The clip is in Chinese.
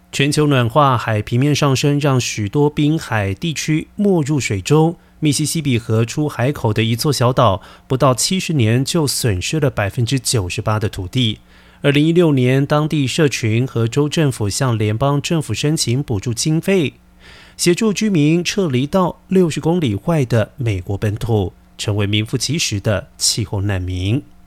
全球暖化，海平面上升，让许多滨海地区没入水中。密西西比河出海口的一座小岛，不到70年就损失了98%的土地。2016年，当地社群和州政府向联邦政府申请补助经费，协助居民撤离到60公里外的美国本土，成为名副其实的气候难民。